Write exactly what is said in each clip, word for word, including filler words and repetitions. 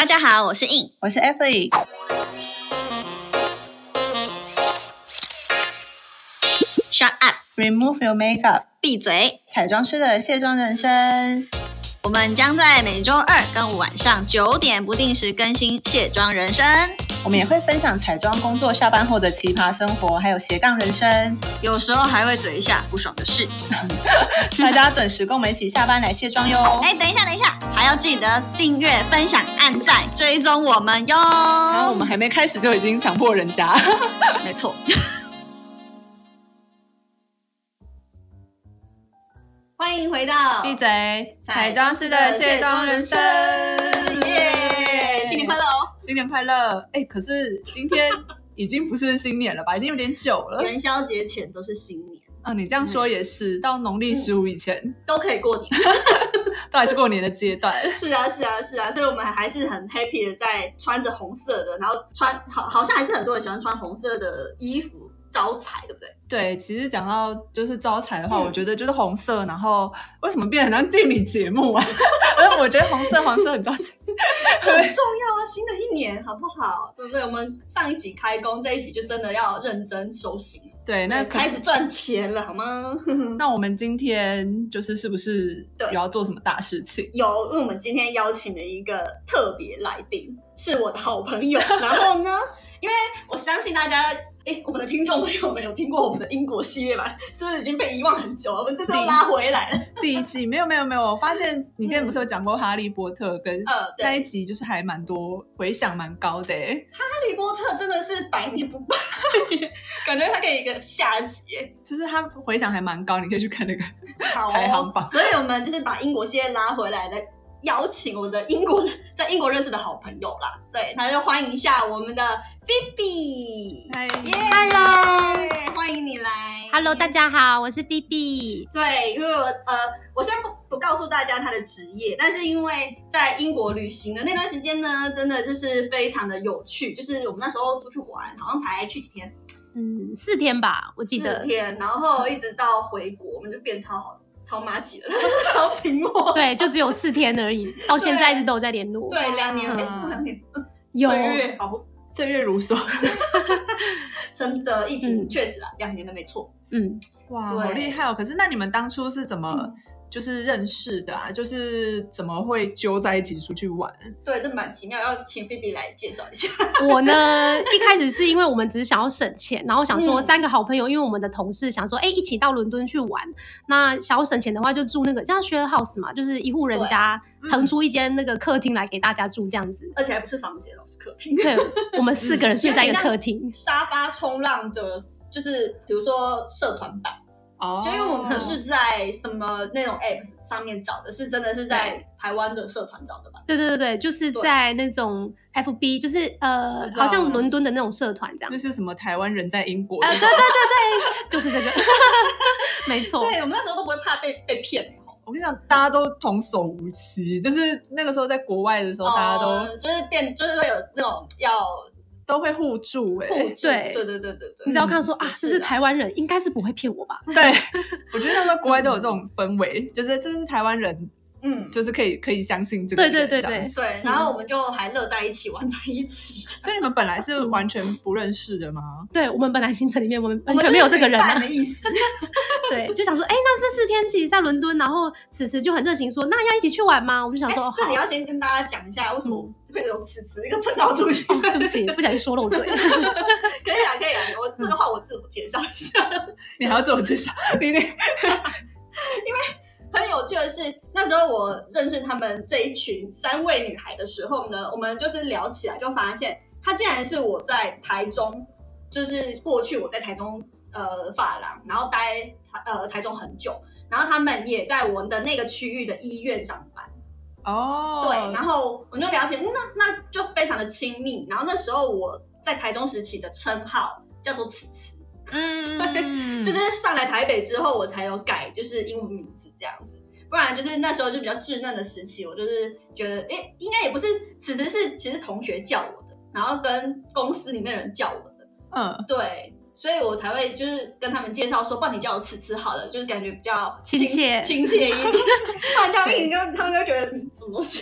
家好，我是 In， 我是 Emily。 Shut up， Remove your makeup， 闭嘴。 彩妆师的卸妆人生， 我们将在每周二跟五晚上九点不定时更新卸妆人生。 我们也会分享彩妆工作下班后的奇葩生活，还有斜杠人生， 有时候还会嘴一下不爽的事。 大家准时跟我们一起下班来卸妆哟。 哎，等一下等一下，还要记得订阅、分享、按赞、追踪我们哟。 然后我们还没开始就已经强迫人家。 没错。欢迎回到闭嘴，彩妆师的卸妆人生， 耶！新年快乐哦！ 新年快乐！哎，可是今天已经不是新年了吧？已经有点久了。 元宵节前都是新年啊，你这样说也是，嗯、到农历十五以前、嗯、 都可以过年， 都还是过年的阶段。 是啊，是啊，是啊，所以我们还是很 happy 的在穿着红色的，然后穿好好像还是很多人喜欢穿红色的衣服。招财对不对？ 对，其实讲到就是招财的话、嗯，我觉得就是红色，然后为什么变成像竞礼节目啊？因为我觉得红色黄色很招财， 很重要啊！新的一年好不好？对不对？我们上一集开工，这一集就真的要认真收心。 对，那开始赚钱了，好吗？ 那我们今天就是是不是有要做什么大事情？ 有，因为我们今天邀请了一个特别来宾，是我的好朋友。然后呢，因为我相信大家。哎，我们的听众朋友们有听过我们的英国系列吧？是不是已经被遗忘很久了？我们这次又拉回来了。 第一季没有没有没有，我发现你今天不是有讲过哈利波特跟那一集，就是还蛮多回响蛮高的哎。 哈利波特真的是百年不败，感觉它可以一个下集， 就是它回响还蛮高，你可以去看那个好、哦、 排行榜。 所以我们就是把英国系列拉回来的。邀请我的英国在英国认识的好朋友啦，对，那就欢迎一下我们的 Phoebe。 嗨 ，Hello， 欢迎你来。 Hello， 大家好，我是 Phoebe。 对，因为我呃，我先不不告诉大家她的职业，但是因为在英国旅行的那段时间呢，真的就是非常的有趣，就是我们那时候出去玩，好像才去几天， 嗯，四天吧，我记得四天，然后一直到回国，我们就变超好。超麻吉的，超平默。 对，就只有四天而已，到现在一直都有在联络。 对，两年，哎、嗯，两年， 有岁月好， 岁月如梭。 真的，疫情确实啊，两、嗯、年的没错。 嗯， 哇，好厉害哦！可是那你们当初是怎么？嗯就是认识的啊，就是怎么会揪在一起出去玩？ 对，这蛮奇妙，要请 Phoebe 来介绍一下。 我呢，一开始是因为我们只是想要省钱，然后想说三个好朋友，因为我们的同事想说，哎、欸，一起到伦敦去玩，那想要省钱的话，就住那个像 share house 嘛，就是一户人家腾出一间那个客厅来给大家住这样子， 而且还不是房间，是客厅。 对，我们四个人睡在一个客厅， 沙发冲浪的，就是比如说社团版。哦、oh. ，就因为我们是在什么那种 app 上面找的，是真的是在台湾的社团找的吧？ 对对对对，就是在那种 F B， 就是呃，好像伦敦的那种社团这样。 那是什么台湾人在英国？ 呃，对对对对，就是这个，没错。 对，我们那时候都不会怕被被骗。 我跟你讲，大家都童叟无欺，就是那个时候在国外的时候， oh, 大家都就是变，就是会有那种要。 都会互助哎、 欸，互助， 对对对对对对， 你只要看说、嗯、啊，这是台湾人，应该是不会骗我吧？ 对，我觉得那时候国外都有这种氛围，就是这是台湾人，嗯，就是可以可以相信这个人， 对对对对对，然后我们就还乐在一起，玩在一起。 所以你们本来是完全不认识的吗？ 对，我们本来行程里面我们完全没有这个人啊的意思。 对，就想说，哎、欸，那这四天其实在伦敦，然后此时就很热情说，那要一起去玩吗？我们就想说， 欸、这你要先跟大家讲一下为什么。会有此词一个称号出现、 哦，对不起，不小心说漏嘴。可以啊，可以啊，我这个话我自我介绍一下。 你还要自我介绍？你得，因为很有趣的是，那时候我认识他们这一群三位女孩的时候呢，我们就是聊起来，就发现她竟然是我在台中，就是过去我在台中呃发廊，然后待呃台中很久，然后他们也在我的那个区域的医院上班。 哦、oh. 对，然后我就了解，那那就非常的亲密。然后那时候我在台中时期的称号叫做此慈，嗯，就是上来台北之后，我才有改，就是英文名字这样子。不然就是那时候就比较稚嫩的时期，我就是觉得，哎，应该也不是此慈是其实同学叫我的，然后跟公司里面的人叫我的，嗯，对。所以我才会就是跟他们介绍说，不然你叫我此慈好了，就是感觉比较亲切亲切一点。不然叫硬，他们就觉得什么东西。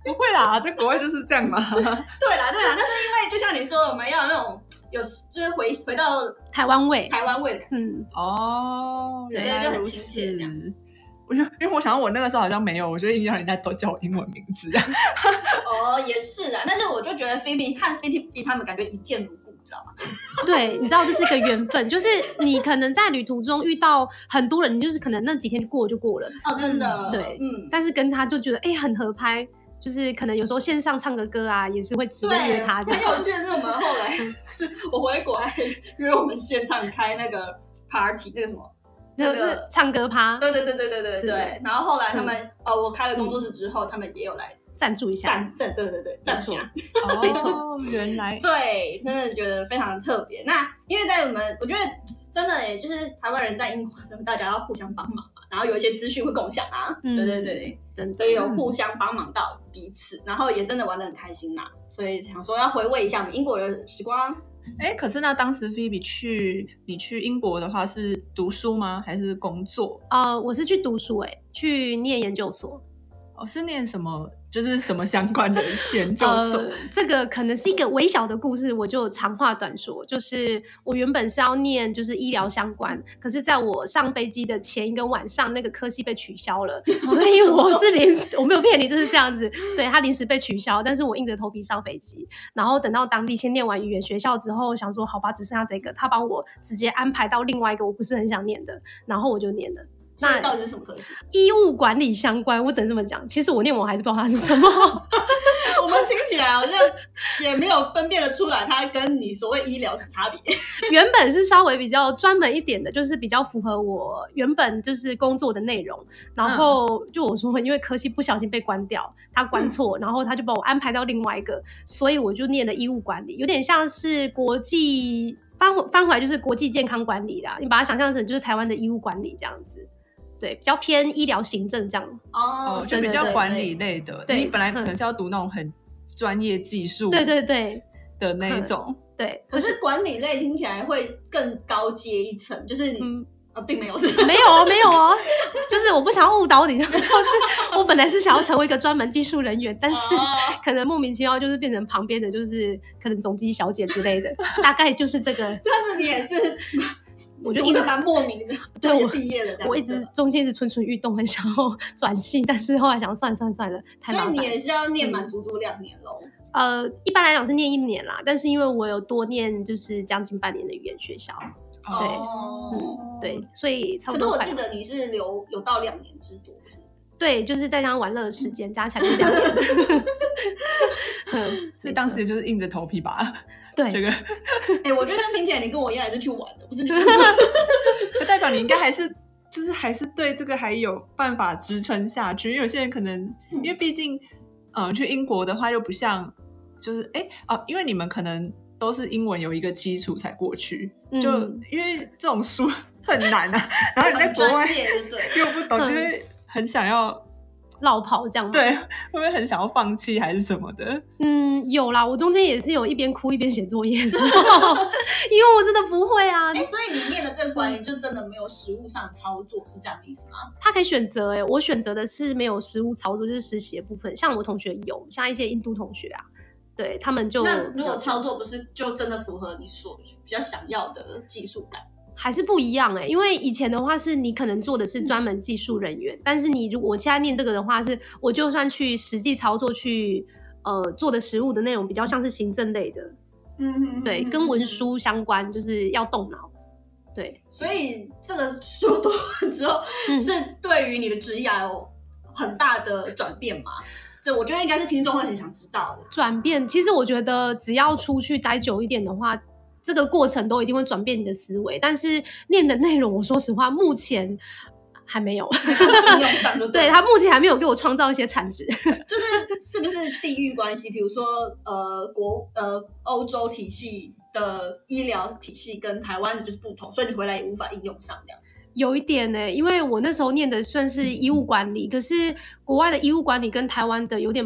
不会啦，在国外就是这样嘛。 对啦对啦，但是因为就像你说，我们要那种有就是回回到台湾味， 台湾味的感觉。 嗯， 哦， 对， 原来就很如亲切这样。 此。我就因为我想到我那个时候好像没有，我觉得印象人家都叫我英文名字。 哦，也是啊，但是我就觉得菲比和 B T B 他们感觉一见如故，你知道吗？ 对，你知道这是一个缘分，就是你可能在旅途中遇到很多人，你就是可能那几天就过就过了。 哦，真的， 对， 嗯， 但是跟他就觉得哎、欸、很合拍。就是可能有时候线上唱个歌啊，也是会直接约他这样。 很有趣的是，我们后来是我回国还约我们现场开那个 party， 那个什么， 那个唱歌趴。 对对对对对对 对, 对。然后后来他们、嗯、呃，我开了工作室之后，嗯、他们也有来赞助一下， 赞赞，对对对，赞助。 没错， 哦，原来对，真的觉得非常特别。那因为在我们，我觉得真的耶，就是台湾人在英国生活，大家要互相帮忙嘛，然后有一些资讯会共享啊，嗯、对对对。所以有互相帮忙到彼此，然后也真的玩得很开心啦。所以想说要回味一下我们英国的时光。 哎，可是那当时 Phoebe 去你去英国的话是读书吗？还是工作？ 呃，我是去读书、欸，哎，去念研究所。 哦，是念什么？就是什么相关的研究所？ 呃、这个可能是一个微小的故事，我就长话短说。就是我原本是要念就是医疗相关，可是在我上飞机的前一个晚上，那个科系被取消了，所以我是临时我没有骗你，就是这样子。对，他临时被取消，但是我硬着头皮上飞机，然后等到当地先念完语言学校之后，想说好吧，只剩下这个，他帮我直接安排到另外一个我不是很想念的，然后我就念了。 那到底是什么科系？ 医务管理相关，我只能这么讲。其实我念我还是不知道它是什么。 我们听起来好像也没有分辨得出来，它跟你所谓医疗什么差别。 原本是稍微比较专门一点的，就是比较符合我原本就是工作的内容。然后就我说，因为科系不小心被关掉，他关错，嗯、然后他就把我安排到另外一个，所以我就念了医务管理，有点像是国际翻翻回来就是国际健康管理啦。你把它想象成就是台湾的医务管理这样子。对，比较偏医疗行政这样哦，就比较管理类的。你本来可能是要读那种很专业技术， 对对对的那一种。 嗯、对， 可是管理类听起来会更高阶一层，就是你、嗯呃、并没有是没有哦，没有哦，就是我不想要误导你，就是我本来是想要成为一个专门技术人员，但是可能莫名其妙就是变成旁边的就是可能总机小姐之类的，大概就是这个。 这样子你也是。 我就一直蛮莫名的， 对我毕业了这样， 我一直中间一直蠢蠢欲动，很想要转系，但是后来想算了算了算了，太麻烦。 所以你也是要念满足足两年喽、 嗯？呃，一般来讲是念一年啦，但是因为我有多念就是将近半年的语言学校， 哦、 对，嗯，对，所以差不多。 可是我记得你是留有到两年之多，是？ 对，就是再加上玩乐的时间、嗯、加起来就是两年。 嗯，所以当时也就是硬着头皮吧。 对， 这个， 哎、欸，我觉得听起来你跟我一样也是去玩的，不是去。 就代表你应该还是，就是还是对这个还有办法支撑下去。因为有些人可能，嗯、因为毕竟，嗯、呃，去英国的话又不像，就是哎哦、呃，因为你们可能都是英文有一个基础才过去，嗯、就因为这种书很难啊，然后你在国外又不懂，就会很想要。 落跑这样吗？ 对，会不会很想要放弃还是什么的？ 嗯，有啦，我中间也是有一边哭一边写作业的时候，因为我真的不会啊。 哎、欸，所以你念的这个管理就真的没有实务上操作，是这样的意思吗？ 他可以选择哎、欸，我选择的是没有实务操作，就是实习的部分。像我同学有，像一些印度同学啊，对他们就那如果操作不是就真的符合你所比较想要的技术感？ 还是不一样哎、欸，因为以前的话是你可能做的是专门技术人员，嗯、但是你如果我现在念这个的话是，我就算去实际操作去呃做的实务的内容比较像是行政类的，嗯嗯，对，跟文书相关，就是要动脑，对， 所以这个书读完之后，嗯、是对于你的职业有很大的转变吗？这我觉得应该是听众会很想知道的转变。其实我觉得只要出去待久一点的话。这个过程都一定会转变你的思维，但是念的内容，我说实话，目前还没有应用上就对， 对他目前还没有给我创造一些产值， 就是是不是地域关系？比如说呃国呃欧洲体系的医疗体系跟台湾的就是不同，所以你回来也无法应用上这样。 有一点呢、欸，因为我那时候念的算是医务管理，可是国外的医务管理跟台湾的有点不。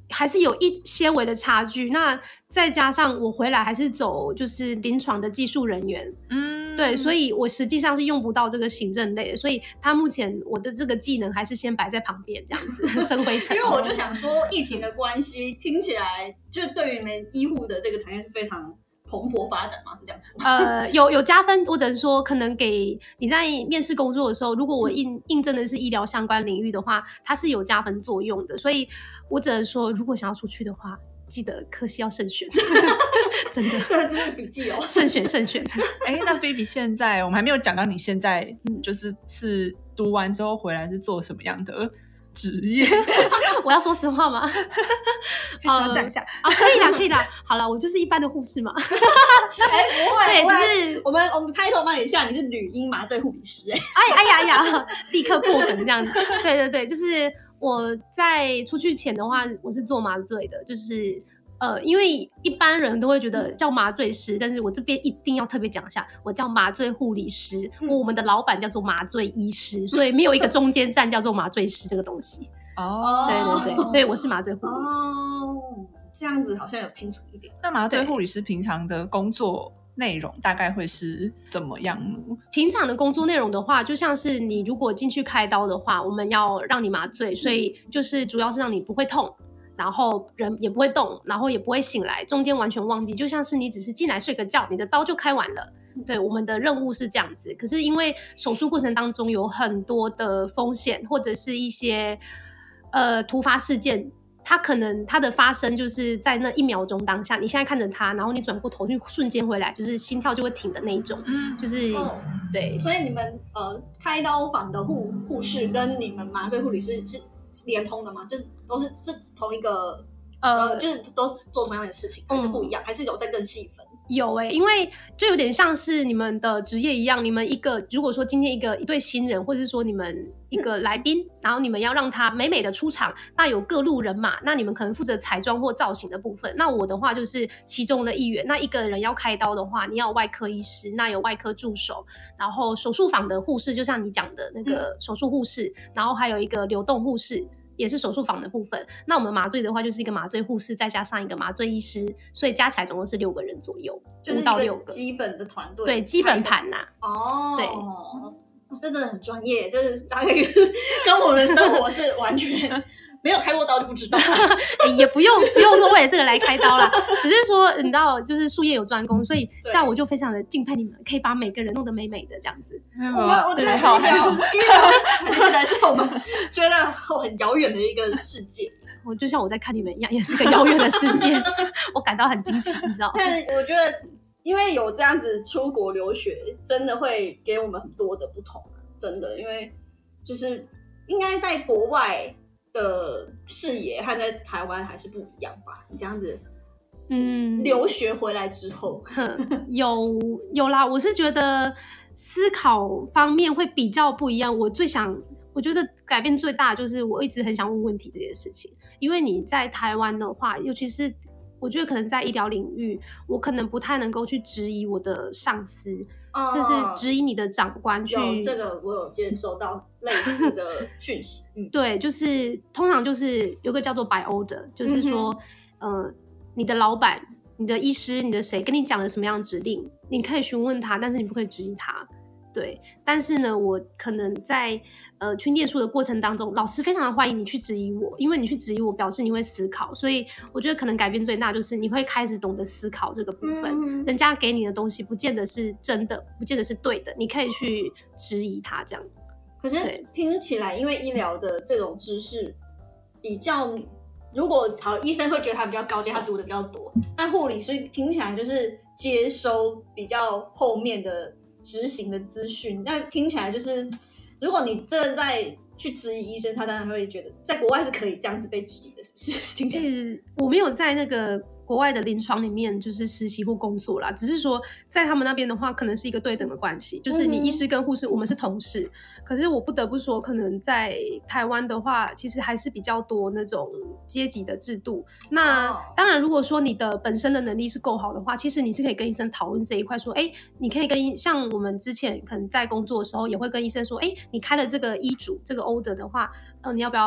还是有一些微的差距。那再加上我回来还是走就是临床的技术人员，嗯，对，所以我实际上是用不到这个行政类的，所以他目前我的这个技能还是先摆在旁边这样子生灰尘。 因为我就想说，疫情的关系，听起来就是对于你们医护的这个产业是非常蓬勃发展吗？是这样说？ 呃，有有加分，我只能说，可能给你在面试工作的时候，如果我应应征的是医疗相关领域的话，它是有加分作用的。所以我只能说，如果想要出去的话，记得科系要慎选，真的， 这是笔记哦， 慎选慎选。 哎，那菲比现在我们还没有讲到你现在就是是读完之后回来是做什么样的职业？ 我要说实话吗？ 可以稍微讲一下、 呃、啊，可以啦，可以啦。好啦，我就是一般的护士嘛。 哎、欸，不会， 对， 只是我们我们开头帮你下，你是女婴麻醉护理师、欸， 哎，哎呀哎呀，立刻破梗这样子。对对对，就是我在出去前的话，我是做麻醉的，就是。呃，因为一般人都会觉得叫麻醉师，但是我这边一定要特别讲一下，我叫麻醉护理师，嗯、我们的老板叫做麻醉医师，所以没有一个中间站叫做麻醉师这个东西。哦，对对对，所以我是麻醉护理。 哦，这样子好像有清楚一点。 那麻醉护理师平常的工作内容大概会是怎么样呢？ 平常的工作内容的话，就像是你如果进去开刀的话，我们要让你麻醉，所以就是主要是让你不会痛。然后人也不会动，然后也不会醒来，中间完全忘记，就像是你只是进来睡个觉，你的刀就开完了。对，我们的任务是这样子。可是因为手术过程当中有很多的风险，或者是一些呃突发事件，它可能它的发生就是在那一秒钟当下，你现在看着它，然后你转过头去瞬间回来，就是心跳就会停的那一种，就是、哦、对。 所以你们呃开刀房的护护士跟你们麻醉护理师是连通的吗？就是都是是同一个呃，就是都做同样的事情，还是不一样？嗯、还是有在更细分？ 有诶、欸，因为就有点像是你们的职业一样，你们一个如果说今天一个一对新人，或者是说你们一个来宾、嗯，然后你们要让他美美的出场，那有各路人马，那你们可能负责彩妆或造型的部分。那我的话就是其中的一员。那一个人要开刀的话，你要有外科医师，那有外科助手，然后手术房的护士，就像你讲的那个手术护士、嗯，然后还有一个流动护士。也是手术房的部分。那我们麻醉的话，就是一个麻醉护士，再加上一个麻醉医师，所以加起来总共是六个人左右， 就是五到六个基本的团队， 对，基本盘呐、 啊。哦， 对， 哦，这真的很专业，这是大概跟我们生活是完全。没有开过刀就不知道、 欸，也不用不用说为了这个来开刀啦，只是说你知道，就是术业有专攻，所以像我就非常的敬佩你们，可以把每个人弄得美美的这样子。 我我觉得好还好，医疗才是我们觉得很遥远的一个世界。 我就像我在看你们一样，也是个遥远的世界，我感到很惊奇，你知道？ 但我觉得，因为有这样子出国留学，真的会给我们很多的不同，真的，因为就是应该在国外的视野和在台湾还是不一样吧？你这样子，嗯，留学回来之后， 有有啦，我是觉得思考方面会比较不一样。我最想，我觉得改变最大的就是我一直很想问问题这件事情，因为你在台湾的话，尤其是我觉得可能在医疗领域，我可能不太能够去质疑我的上司。甚至质疑你的长官去， 有这个我有接收到类似的讯息。 嗯，对，就是通常就是有个叫做 by order， 就是说，嗯、呃，你的老板、你的医师、你的谁跟你讲了什么样的指令，你可以询问他，但是你不可以质疑他。对，但是呢，我可能在呃去念书的过程当中，老师非常的欢迎你去质疑我，因为你去质疑我，表示你会思考，所以我觉得可能改变最大就是你会开始懂得思考这个部分。嗯、人家给你的东西不见得是真的，不见得是对的，你可以去质疑它这样。 可是听起来，因为医疗的这种知识比较，如果好医生会觉得他比较高阶，他读的比较多，但护理师听起来就是接收比较后面的执行的资讯，那听起来就是，如果你真的在去质疑医生，他当然会觉得，在国外是可以这样子被质疑的，是不是？听起来、 欸、我没有在那个国外的临床里面就是实习或工作啦，只是说在他们那边的话，可能是一个对等的关系，就是你医师跟护士，我们是同事。可是我不得不说，可能在台湾的话，其实还是比较多那种阶级的制度。那当然，如果说你的本身的能力是够好的话，其实你是可以跟医生讨论这一块，说，哎，你可以跟像我们之前可能在工作的时候，也会跟医生说，哎，你开了这个医嘱这个 order 的话，呃，你要不要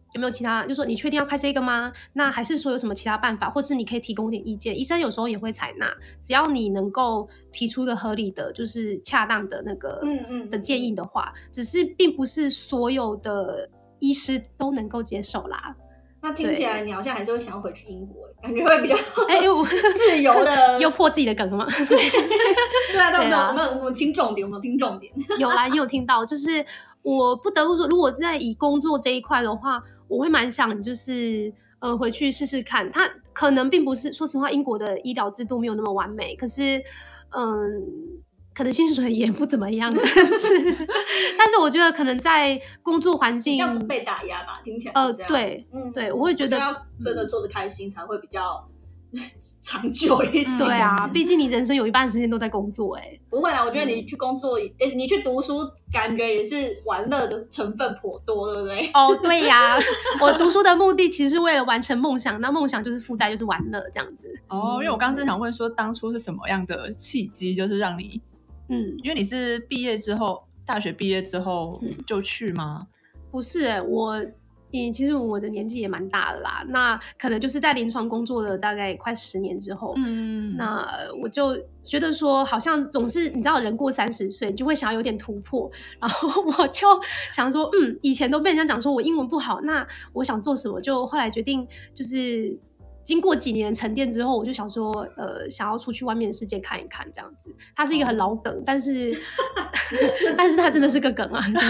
有没有其他，就说你确定要开这个吗？那还是说有什么其他办法，或是你可以提供点意见，医生有时候也会采纳，只要你能够提出一个合理的就是恰当的那个嗯嗯的建议的话，只是并不是所有的医师都能够接受啦。 那听起来你好像还是会想要回去英国，感觉会比较哎、欸，我自由的又破自己的梗了吗？ 对啊，对啊，我们我们听重点，我们听重点。 有啦，你有听到，就是我不得不说，如果是在以工作这一块的话，我会蛮想就是呃回去试试看。它可能并不是，说实话，英国的医疗制度没有那么完美，可是嗯。可能薪水也不怎么样，但是但是我觉得可能在工作环境比较不被打压吧，听起来呃是这样。 对，嗯，对，我会觉得要真的做得开心才会比较长久一点。 对啊，毕竟你人生有一半时间都在工作、欸，哎， 不会啦，我觉得你去工作，哎、嗯，你去读书，感觉也是玩乐的成分颇多，对不对？ 哦，对呀、啊，我读书的目的其实是为了完成梦想，那梦想就是附带就是玩乐这样子。 哦，因为我刚刚正想问说，当初是什么样的契机，就是让你。 嗯， 因为你是毕业之后，大学毕业之后就去吗？ 嗯、不是、欸，我，嗯，其实我的年纪也蛮大的啦，那可能就是在临床工作了大概快十年之后，嗯，那我就觉得说，好像总是你知道，人过三十岁就会想要有点突破，然后我就想说，嗯，以前都被人家讲说我英文不好，那我想做什么，就后来决定就是。经过几年沉淀之后，我就想说，呃，想要出去外面的世界看一看，这样子。它是一个很老梗，但是，但是它真的是个梗啊，就是、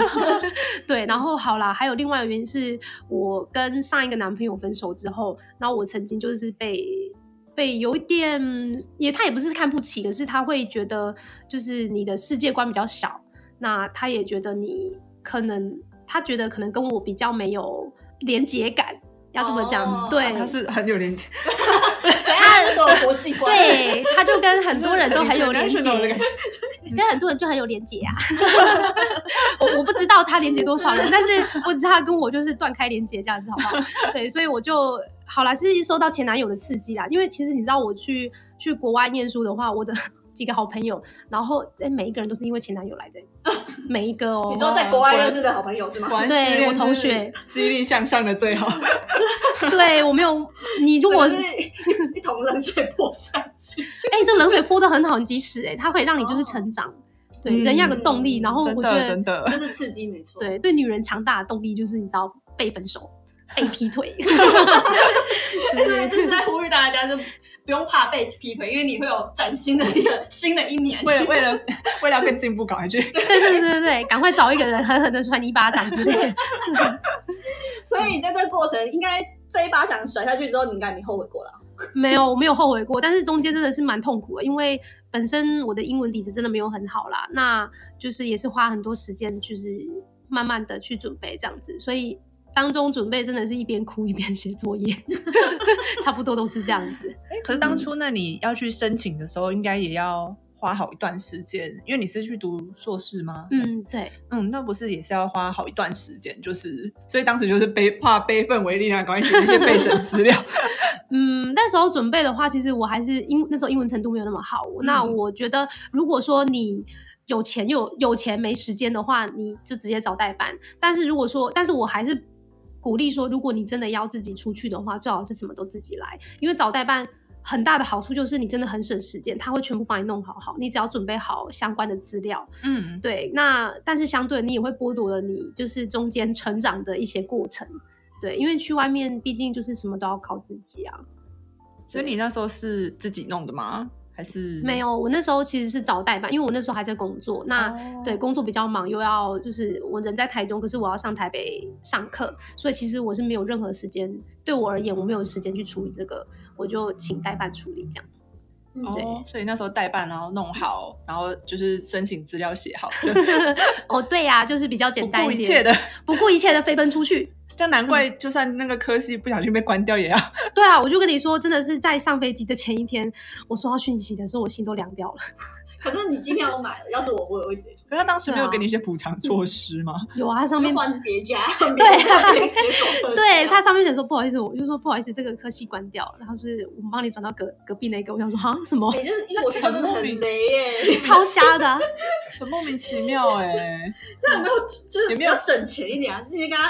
对。然后好啦，还有另外一个原因是我跟上一个男朋友分手之后，然后我曾经就是被被有一点，也他也不是看不起，可是他会觉得就是你的世界观比较小，那他也觉得你可能，他觉得可能跟我比较没有连结感。要这么讲，哦、对， 他是很有连结， 他都有国际观， 对，他就跟很多人都很有连结，跟很多人就很有连结啊。我我不知道他连结多少人，但是我只知道他跟我就是断开连结这样子，好不好？对，所以我就好啦，是受到前男友的刺激啦。因为其实你知道，我去去国外念书的话，我的几个好朋友，然后哎，每一个人都是因为前男友来的。每一个哦， 你说在国外认识的好朋友是吗？ 对，我同学， 激励向上的最好。 对，我没有你如果一桶冷水泼下去， 哎、欸，这冷水泼得很好，很及时哎、欸，它会让你就是成长，哦、对、嗯，人要有个动力。然后我觉得真的这是刺激，没错。 对，对女人强大的动力就是你知道被分手、被劈腿， 就是这是在呼吁大家就。不用怕被劈腿，因为你会有崭新的一个新的一年。 为了为了为了更进步，赶快去。 对对对对对，赶快找一个人狠狠的甩你一巴掌之类的。 所以在这个过程，应该这一巴掌甩下去之后，你应该没后悔过了。 没有，我没有后悔过，但是中间真的是蛮痛苦的，因为本身我的英文底子真的没有很好啦，那就是也是花很多时间，就是慢慢的去准备这样子，所以。当中准备真的是一边哭一边写作业，差不多都是这样子。 欸、可是当初那你要去申请的时候，应该也要花好一段时间，因为你是去读硕士吗？ 嗯，对， 嗯，那不是也是要花好一段时间，就是所以当时就是背化悲愤为力量，赶快写那些备审资料。 嗯，那时候准备的话，其实我还是英那时候英文程度没有那么好，嗯、那我觉得如果说你。有钱有有钱没时间的话，你就直接找代办。但是如果说，但是我还是鼓励说，如果你真的要自己出去的话，最好是什么都自己来，因为找代办很大的好处就是你真的很省时间，他会全部帮你弄好好，你只要准备好相关的资料。嗯，对。那但是相对你也会剥夺了你就是中间成长的一些过程。对，因为去外面毕竟就是什么都要靠自己啊。 所以你那时候是自己弄的吗？还是没有，我那时候其实是找代办，因为我那时候还在工作。那、哦、对工作比较忙，又要就是我人在台中，可是我要上台北上课，所以其实我是没有任何时间。对我而言，我没有时间去处理这个，我就请代办处理这样。 对、哦，所以那时候代办，然后弄好，然后就是申请资料写好。 哦，对呀、啊，就是比较简单一点， 不顾一切的， 不顾一切的飞奔出去。 这样难怪，就算那个科系不小心被关掉也要。 对啊，我就跟你说，真的是在上飞机的前一天，我收到讯息的时候，我心都凉掉了。 可是你机票都买了，要是我，我也会直接出。 可是他当时没有给你一些补偿措施吗？ 有啊，他上面换别家， 对啊，对，他上面写说不好意思，我就说不好意思，这个科系关掉了，然后是我们帮你转到隔隔壁那个。我想说啊，什么？ 哎、欸，就是英国学校真的很雷耶， 超瞎的、啊， 很莫名其妙哎、欸。 这有没有就是比较省钱一点啊？就是跟他。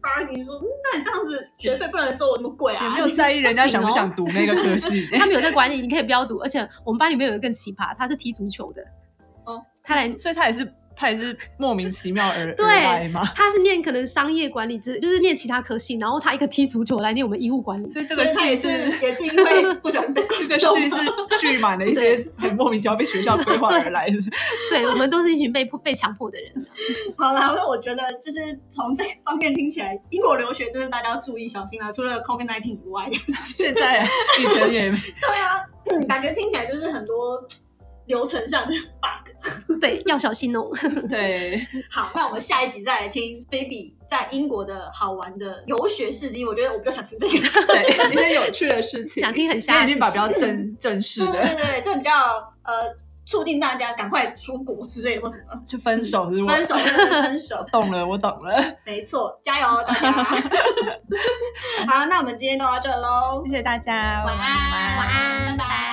argue 说，那你这样子学费不能收我那么贵啊？ 也没有在意人家想不想读那个科系， 他没有在管你，你可以不要读。而且我们班里面有一个更奇葩，他是踢足球的， 哦， 他来， 所以他也是。他也是莫名其妙而对而来吗？ 他是念可能商业管理之，就是念其他科系，然后他一个踢足球来念我们医务管理， 所以这个系是也是因为不小心被这个系是聚满了一些很莫名其妙被学校规划而来的。 对，我们都是一群被被强迫的人。 好啦，我觉得就是从这方面听起来，英国留学真的大家要注意小心啦。除了 COVID 十九 以外， 现在以前也对啊、嗯，感觉听起来就是很多流程上的 bug。 对，要小心哦。 对， 好，那我们下一集再来听 Phoebe 在英国的好玩的游学事迹。我觉得我比较想听这个， 对，一些有趣的事情， 想听很瞎的事情， 已经把比较正正式的， 对对对，这比较呃促进大家赶快出国之类的或什么， 去分手是吗？ 分手，分手， 懂了，我懂了， 没错，加油大家！好，那我们今天就到这喽， 谢谢大家， 晚安， 晚安，拜拜。